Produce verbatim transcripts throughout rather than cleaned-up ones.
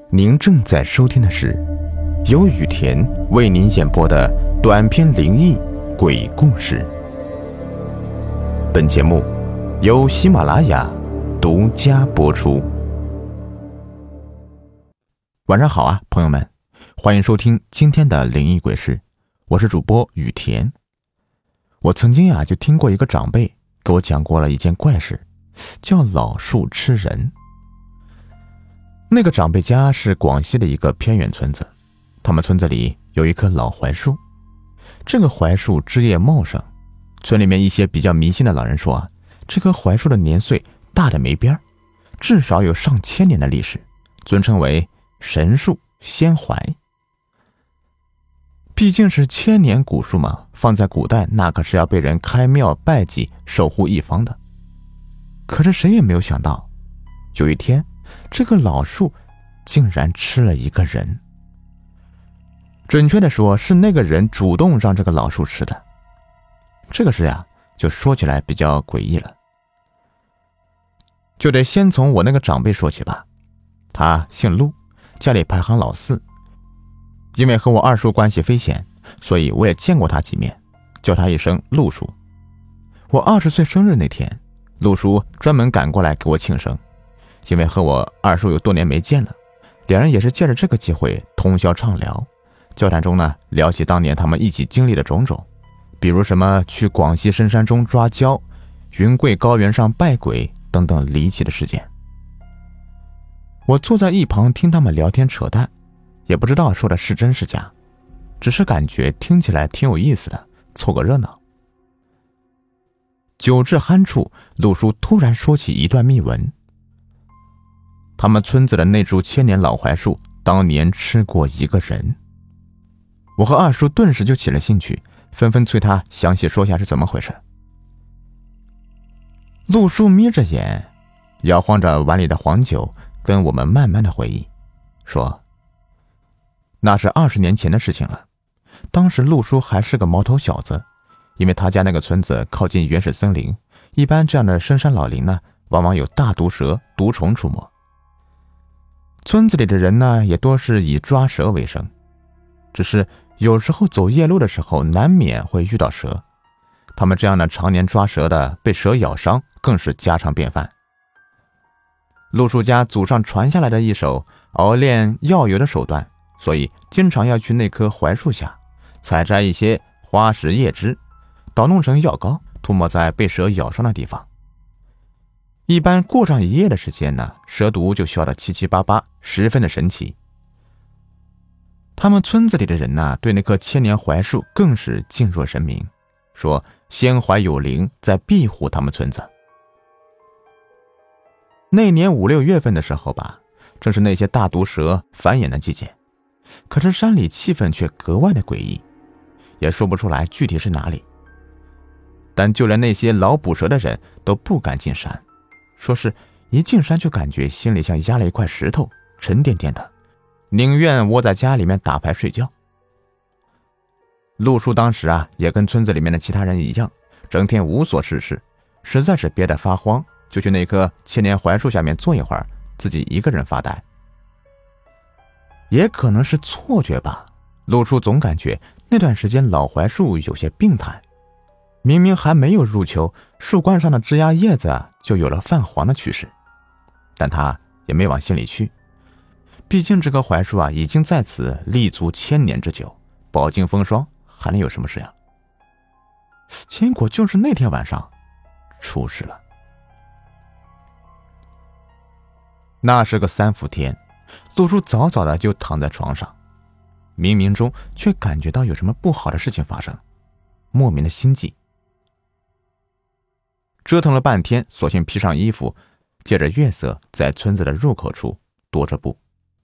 您正在收听的是由雨田为您演播的短篇灵异鬼故事。本节目由喜马拉雅独家播出。晚上好啊，朋友们，欢迎收听今天的灵异鬼事，我是主播雨田。我曾经啊就听过一个长辈给我讲过了一件怪事，叫老树吃人。那个长辈家是广西的一个偏远村子，他们村子里有一棵老槐树，这个槐树枝叶茂盛，村里面一些比较迷信的老人说啊，这棵槐树的年岁大的没边，至少有上千年的历史，尊称为神树仙槐。毕竟是千年古树嘛，放在古代那可是要被人开庙拜祭守护一方的。可是谁也没有想到，有一天这个老树竟然吃了一个人。准确的说，是那个人主动让这个老树吃的。这个事呀，就说起来比较诡异了。就得先从我那个长辈说起吧。他姓陆，家里排行老四。因为和我二叔关系匪浅，所以我也见过他几面，叫他一声陆叔。我二十岁生日那天，陆叔专门赶过来给我庆生。因为和我二叔有多年没见了，两人也是借着这个机会通宵畅聊，交谈中呢，聊起当年他们一起经历的种种，比如什么去广西深山中抓鲛、云贵高原上拜鬼等等离奇的事件。我坐在一旁听他们聊天扯淡，也不知道说的是真是假，只是感觉听起来挺有意思的，凑个热闹。酒至酣处，陆叔突然说起一段秘闻。他们村子的那株千年老槐树当年吃过一个人。我和二叔顿时就起了兴趣，纷纷催他详细说下是怎么回事。陆叔眯着眼，摇晃着碗里的黄酒，跟我们慢慢的回忆，说那是二十年前的事情了。当时陆叔还是个毛头小子，因为他家那个村子靠近原始森林，一般这样的深山老林呢，往往有大毒蛇、毒虫出没。村子里的人呢，也多是以抓蛇为生，只是有时候走夜路的时候难免会遇到蛇，他们这样的常年抓蛇的被蛇咬伤更是家常便饭。陆叔家祖上传下来的一手熬炼药油的手段，所以经常要去那棵槐树下采摘一些花石叶枝，捣弄成药膏，涂抹在被蛇咬伤的地方。一般过上一夜的时间呢，蛇毒就消得七七八八，十分的神奇。他们村子里的人呢，对那棵千年槐树更是敬若神明，说仙槐有灵，在庇护他们村子。那年五六月份的时候吧，正是那些大毒蛇繁衍的季节，可是山里气氛却格外的诡异，也说不出来具体是哪里。但就连那些老捕蛇的人都不敢进山，说是一进山就感觉心里像压了一块石头，沉甸甸的，宁愿窝在家里面打牌睡觉。陆叔当时啊，也跟村子里面的其他人一样，整天无所事事，实在是憋得发慌，就去那棵千年槐树下面坐一会儿，自己一个人发呆。也可能是错觉吧，陆叔总感觉那段时间老槐树有些病态，明明还没有入秋，树冠上的枝桠叶子啊就有了泛黄的趋势，但他也没往心里去，毕竟这棵槐树啊已经在此立足千年之久，饱经风霜，还能有什么事呀？结果就是那天晚上出事了。那是个三伏天，陆叔早早的就躺在床上，冥冥中却感觉到有什么不好的事情发生，莫名的心悸。折腾了半天，索性披上衣服，借着月色在村子的入口处踱着步。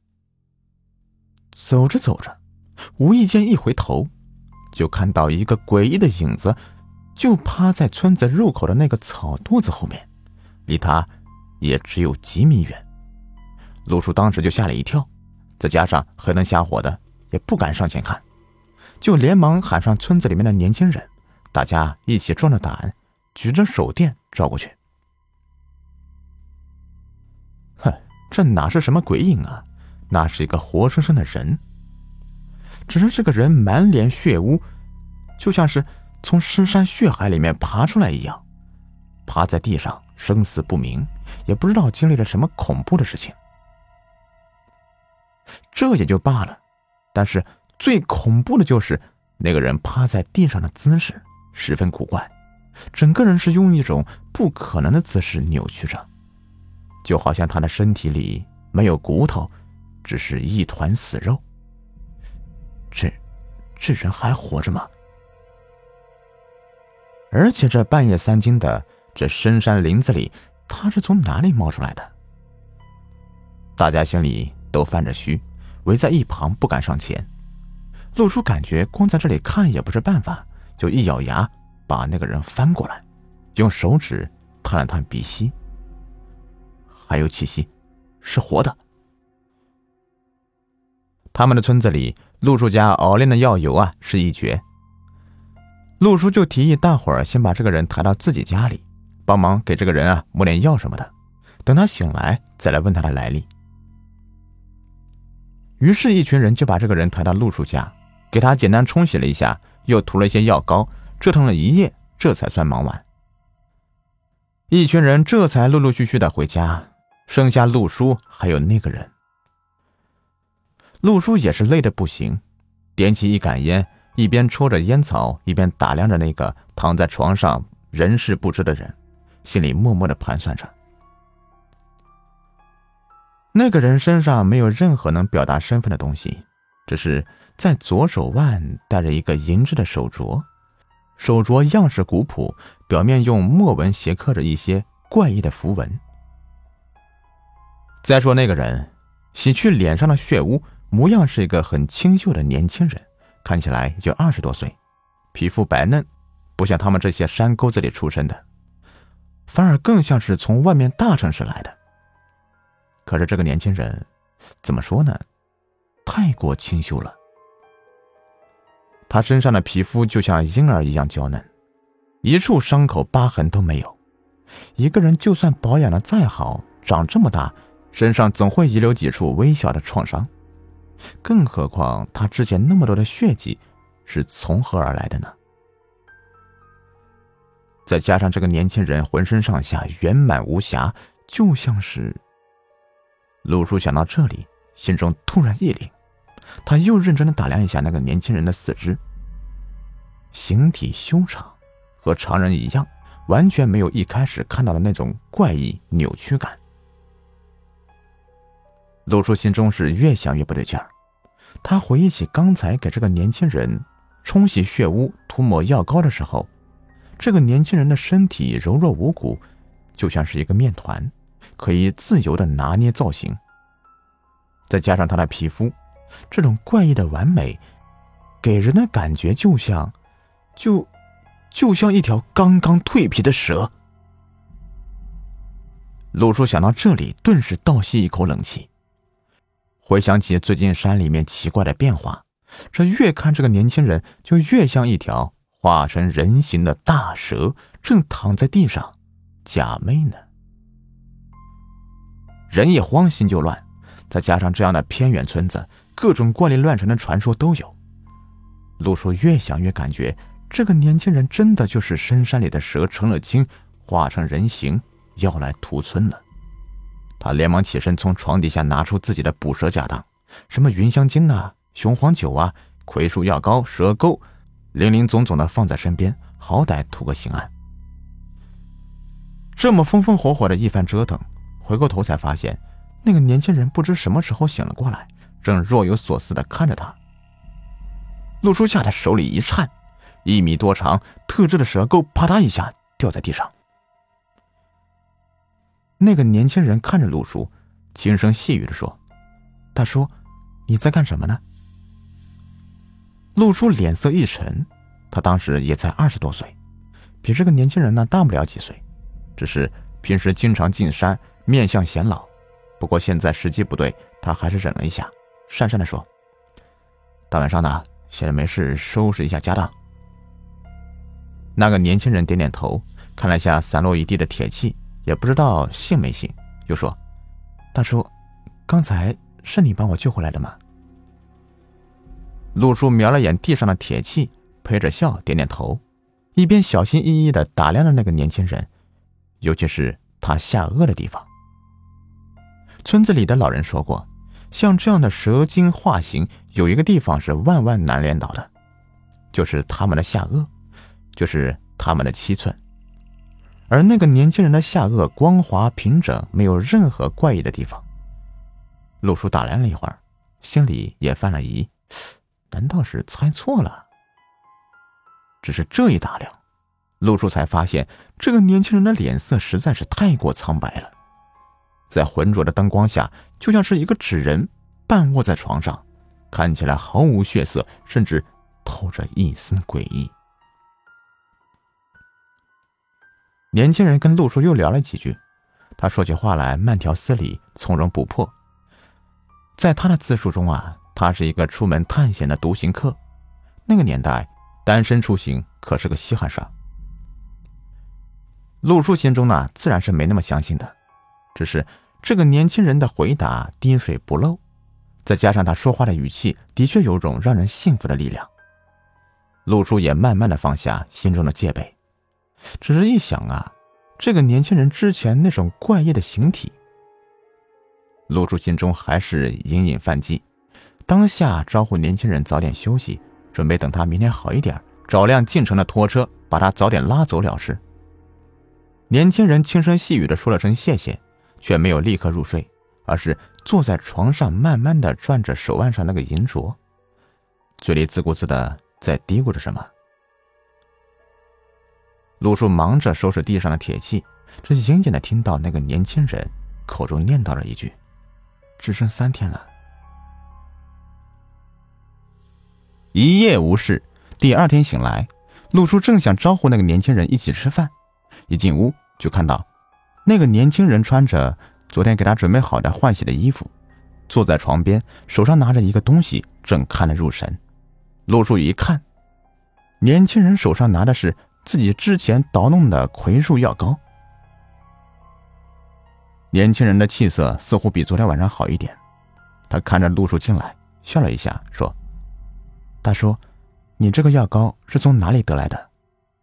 走着走着，无意间一回头，就看到一个诡异的影子就趴在村子入口的那个草垛子后面，离他也只有几米远。陆叔当时就吓了一跳，再加上黑灯瞎火的，也不敢上前看，就连忙喊上村子里面的年轻人，大家一起壮着胆，举着手电照过去。哼，这哪是什么鬼影啊， 那是一个活生生的人，只是这个人满脸血污，就像是从尸山血海里面爬出来一样，趴在地上生死不明，也不知道经历了什么恐怖的事情。这也就罢了，但是最恐怖的就是那个人趴在地上的姿势十分古怪，整个人是用一种不可能的姿势扭曲着，就好像他的身体里没有骨头，只是一团死肉。这这人还活着吗？而且这半夜三更的，这深山林子里，他是从哪里冒出来的？大家心里都犯着虚，围在一旁不敢上前。陆叔感觉光在这里看也不是办法，就一咬牙把那个人翻过来，用手指探了探鼻息，还有气息，是活的。他们的村子里，陆叔家熬炼的药油啊是一绝。陆叔就提议大伙儿先把这个人抬到自己家里，帮忙给这个人啊抹点药什么的，等他醒来再来问他的来历。于是一群人就把这个人抬到陆叔家，给他简单冲洗了一下，又涂了一些药膏，折腾了一夜，这才算忙完。一群人这才陆陆续续的回家，剩下陆叔还有那个人。陆叔也是累得不行，点起一杆烟，一边抽着烟草，一边打量着那个躺在床上人事不知的人，心里默默地盘算着。那个人身上没有任何能表达身份的东西，只是在左手腕戴着一个银质的手镯，手镯样式古朴，表面用墨纹斜刻着一些怪异的符文。再说那个人洗去脸上的血污，模样是一个很清秀的年轻人，看起来也就二十多岁，皮肤白嫩，不像他们这些山沟子里出身的，反而更像是从外面大城市来的。可是这个年轻人怎么说呢，太过清秀了。他身上的皮肤就像婴儿一样娇嫩，一处伤口疤痕都没有。一个人就算保养的再好，长这么大，身上总会遗留几处微小的创伤，更何况他之前那么多的血迹是从何而来的呢？再加上这个年轻人浑身上下圆满无瑕，就像是……陆叔想到这里，心中突然一凛，他又认真地打量一下那个年轻人的四肢，形体修长，和常人一样，完全没有一开始看到的那种怪异扭曲感。陆叔心中是越想越不对劲儿，他回忆起刚才给这个年轻人冲洗血污、涂抹药膏的时候，这个年轻人的身体柔弱无骨，就像是一个面团，可以自由地拿捏造型。再加上他的皮肤，这种怪异的完美，给人的感觉就像，就就像一条刚刚蜕皮的蛇。陆叔想到这里，顿时倒吸一口冷气。回想起最近山里面奇怪的变化，这越看这个年轻人就越像一条化成人形的大蛇，正躺在地上假寐呢。人一慌心就乱，再加上这样的偏远村子，各种怪力乱神的传说都有。陆叔越想越感觉这个年轻人真的就是深山里的蛇成了精，化成人形要来屠村了。他连忙起身，从床底下拿出自己的捕蛇家当，什么云香精啊、雄黄酒啊、葵树药膏、蛇钩，零零总总的放在身边，好歹图个心安。这么风风火火的一番折腾，回过头才发现，那个年轻人不知什么时候醒了过来，正若有所思地看着他。陆叔吓得手里一颤，一米多长特制的蛇钩啪嗒一下掉在地上。那个年轻人看着陆叔，轻声细语地说：“大叔，你在干什么呢？”陆叔脸色一沉，他当时也才二十多岁，比这个年轻人呢大不了几岁，只是平时经常进山，面相显老。不过现在时机不对，他还是忍了一下，讪讪地说：“大晚上的，闲着没事收拾一下家当。”那个年轻人点点头，看了一下散落一地的铁器，也不知道信没信，又说：“大叔，刚才是你把我救回来的吗？陆叔瞄了眼地上的铁器，陪着笑点点头，一边小心翼翼地打量着那个年轻人，尤其是他下颚的地方。村子里的老人说过，像这样的蛇精化形，有一个地方是万万难连倒的，就是他们的下颚，就是他们的七寸。而那个年轻人的下颚光滑平整，没有任何怪异的地方。陆叔打量了一会儿，心里也犯了疑，难道是猜错了？只是这一打量，陆叔才发现这个年轻人的脸色实在是太过苍白了，在浑浊的灯光下，就像是一个纸人半卧在床上，看起来毫无血色，甚至透着一丝诡异。年轻人跟陆叔又聊了几句，他说起话来慢条斯理，从容不迫。在他的自述中啊，他是一个出门探险的独行客，那个年代单身出行可是个稀罕事儿。陆叔心中呢，自然是没那么相信的，只是这个年轻人的回答滴水不漏，再加上他说话的语气，的确有种让人信服的力量。陆叔也慢慢的放下心中的戒备，只是一想啊，这个年轻人之前那种怪异的形体，陆叔心中还是隐隐犯忌，当下招呼年轻人早点休息，准备等他明天好一点，找辆进城的拖车把他早点拉走了事。年轻人轻声细语地说了声谢谢，却没有立刻入睡，而是坐在床上慢慢地转着手腕上那个银镯，嘴里自顾自地在嘀咕着什么。陆叔忙着收拾地上的铁器，只隐隐地听到那个年轻人口中念叨了一句：只剩三天了。一夜无事，第二天醒来，陆叔正想招呼那个年轻人一起吃饭，一进屋就看到那个年轻人穿着昨天给他准备好的换洗的衣服，坐在床边，手上拿着一个东西，正看得入神。陆叔一看，年轻人手上拿的是自己之前捣弄的葵树药膏。年轻人的气色似乎比昨天晚上好一点，他看着陆叔进来，笑了一下，说：大叔，你这个药膏是从哪里得来的？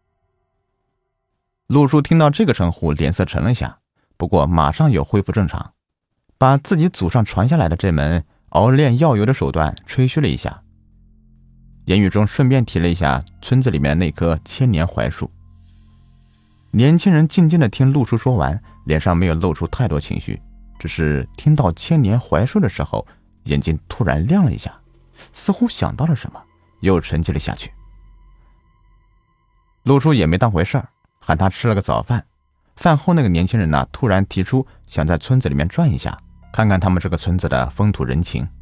陆叔听到这个称呼，脸色沉了下，不过马上又恢复正常，把自己祖上传下来的这门熬炼药油的手段吹嘘了一下，言语中顺便提了一下村子里面的那棵千年槐树。年轻人静静地听陆叔说完，脸上没有露出太多情绪，只是听到千年槐树的时候，眼睛突然亮了一下，似乎想到了什么，又沉寂了下去。陆叔也没当回事儿，喊他吃了个早饭。饭后那个年轻人呢，突然提出想在村子里面转一下，看看他们这个村子的风土人情。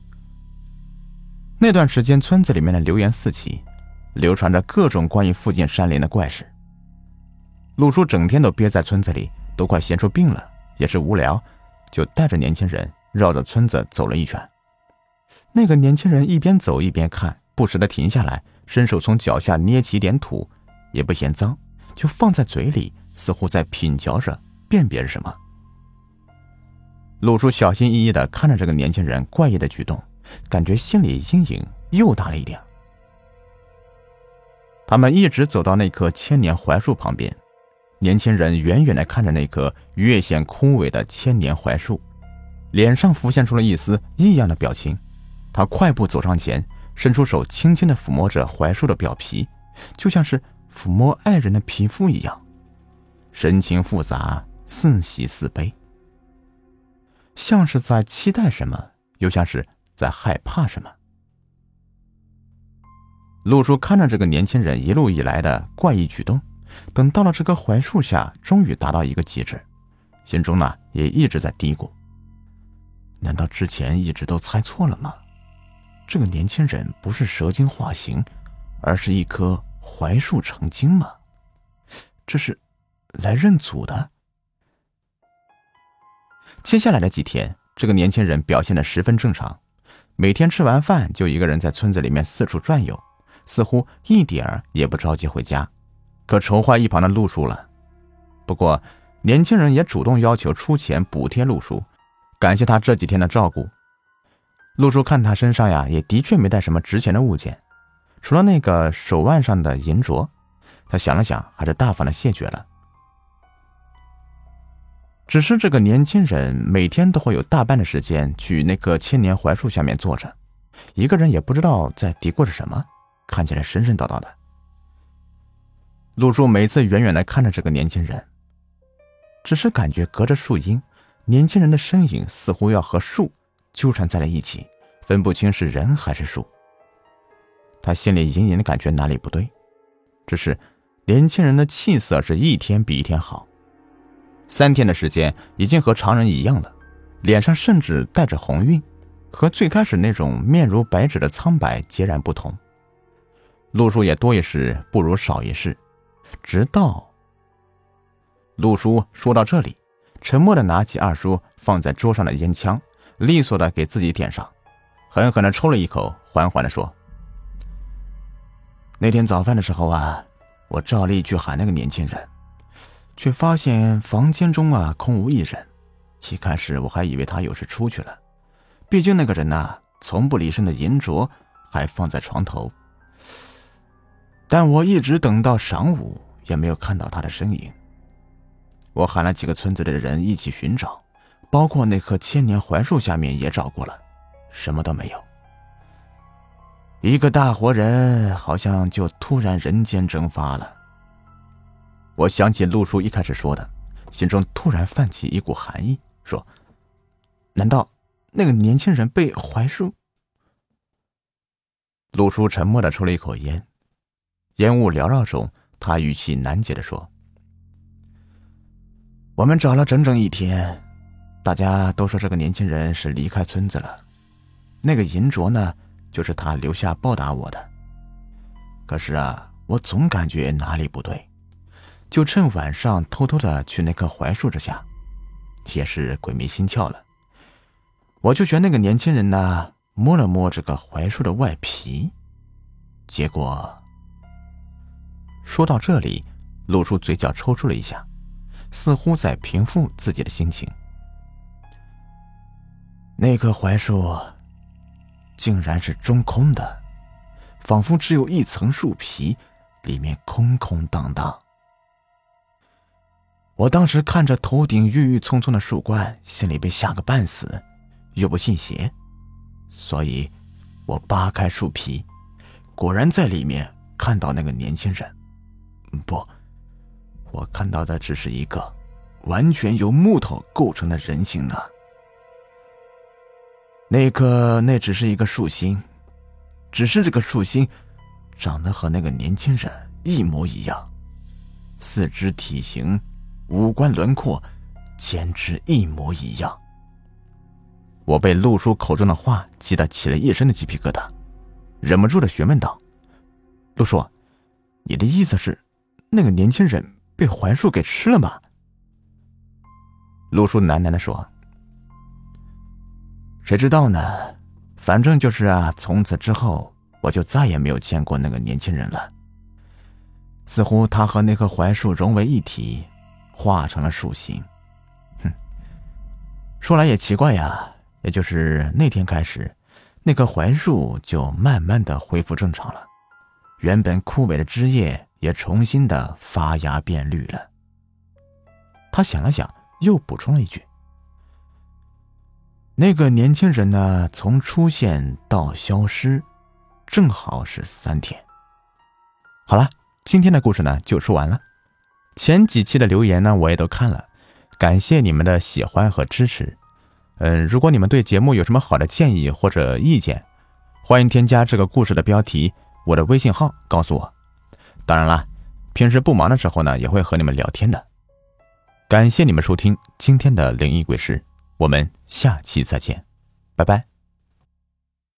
那段时间村子里面的流言四起，流传着各种关于附近山林的怪事。陆叔整天都憋在村子里，都快闲出病了，也是无聊，就带着年轻人绕着村子走了一圈。那个年轻人一边走一边看，不时地停下来，伸手从脚下捏起一点土，也不嫌脏，就放在嘴里，似乎在品嚼着，辨别着什么。陆叔小心翼翼地看着这个年轻人怪异的举动，感觉心里阴影又大了一点。他们一直走到那棵千年槐树旁边，年轻人远远地看着那棵越显枯萎的千年槐树，脸上浮现出了一丝异样的表情。他快步走上前，伸出手轻轻地抚摸着槐树的表皮，就像是抚摸爱人的皮肤一样，神情复杂，似喜似悲，像是在期待什么，又像是在害怕什么。陆叔看着这个年轻人一路以来的怪异举动，等到了这棵槐树下，终于达到一个极致，心中呢也一直在嘀咕：难道之前一直都猜错了吗？这个年轻人不是蛇精化形，而是一棵槐树成精吗？这是来认祖的？接下来的几天，这个年轻人表现得十分正常，每天吃完饭就一个人在村子里面四处转悠，似乎一点儿也不着急回家，可愁坏一旁的陆叔了。不过年轻人也主动要求出钱补贴陆叔，感谢他这几天的照顾， 陆叔看他身上呀，也的确没带什么值钱的物件，除了那个手腕上的银镯，他想了想，还是大方的谢绝了。只是这个年轻人每天都会有大半的时间去那棵千年槐树下面坐着，一个人也不知道在嘀咕着什么，看起来神神叨叨的。陆叔每次远远地看着这个年轻人，只是感觉隔着树荫，年轻人的身影似乎要和树纠缠在了一起，分不清是人还是树。他心里隐隐的感觉哪里不对，只是年轻人的气色是一天比一天好，三天的时间已经和常人一样了，脸上甚至带着红晕，和最开始那种面如白纸的苍白截然不同。陆叔也多一事不如少一事，直到陆叔说到这里，沉默地拿起二叔放在桌上的烟枪，利索地给自己点上，狠狠地抽了一口，缓缓地说：那天早饭的时候啊，我照例去喊那个年轻人，却发现房间中啊空无一人。一开始我还以为他有事出去了，毕竟那个人呐、啊、从不离身的银镯还放在床头，但我一直等到晌午也没有看到他的身影。我喊了几个村子里的人一起寻找，包括那棵千年槐树下面也找过了，什么都没有。一个大活人好像就突然人间蒸发了。我想起陆叔一开始说的，心中突然泛起一股寒意，说：难道那个年轻人被槐树？陆叔沉默地抽了一口烟，烟雾缭绕中，他语气难解地说：我们找了整整一天，大家都说这个年轻人是离开村子了，那个银镯呢，就是他留下报答我的。可是啊，我总感觉哪里不对，就趁晚上偷偷的去那棵槐树之下，也是鬼迷心窍了。我就学那个年轻人呢，摸了摸这个槐树的外皮，结果……说到这里，陆叔嘴角抽搐了一下，似乎在平复自己的心情。那棵槐树竟然是中空的，仿佛只有一层树皮，里面空空荡荡。我当时看着头顶郁郁葱葱的树冠，心里被吓个半死，又不信邪，所以我扒开树皮，果然在里面看到那个年轻人。不，我看到的只是一个完全由木头构成的人形呢。那个那只是一个树心，只是这个树心长得和那个年轻人一模一样，四肢体型、五官轮廓简直一模一样。我被陆叔口中的话激得起了一身的鸡皮疙瘩，忍不住的询问道：陆叔，你的意思是那个年轻人被槐树给吃了吗？陆叔喃喃地说：谁知道呢，反正就是啊，从此之后我就再也没有见过那个年轻人了，似乎他和那棵槐树融为一体，化成了树形。哼，说来也奇怪呀，也就是那天开始，那棵槐树就慢慢的恢复正常了，原本枯萎的枝叶也重新的发芽变绿了。他想了想，又补充了一句：那个年轻人呢，从出现到消失正好是三天。好了，今天的故事呢就说完了。前几期的留言呢我也都看了，感谢你们的喜欢和支持。嗯，如果你们对节目有什么好的建议或者意见，欢迎添加这个故事的标题我的微信号告诉我。当然啦，平时不忙的时候呢也会和你们聊天的。感谢你们收听今天的灵异鬼事，我们下期再见，拜拜。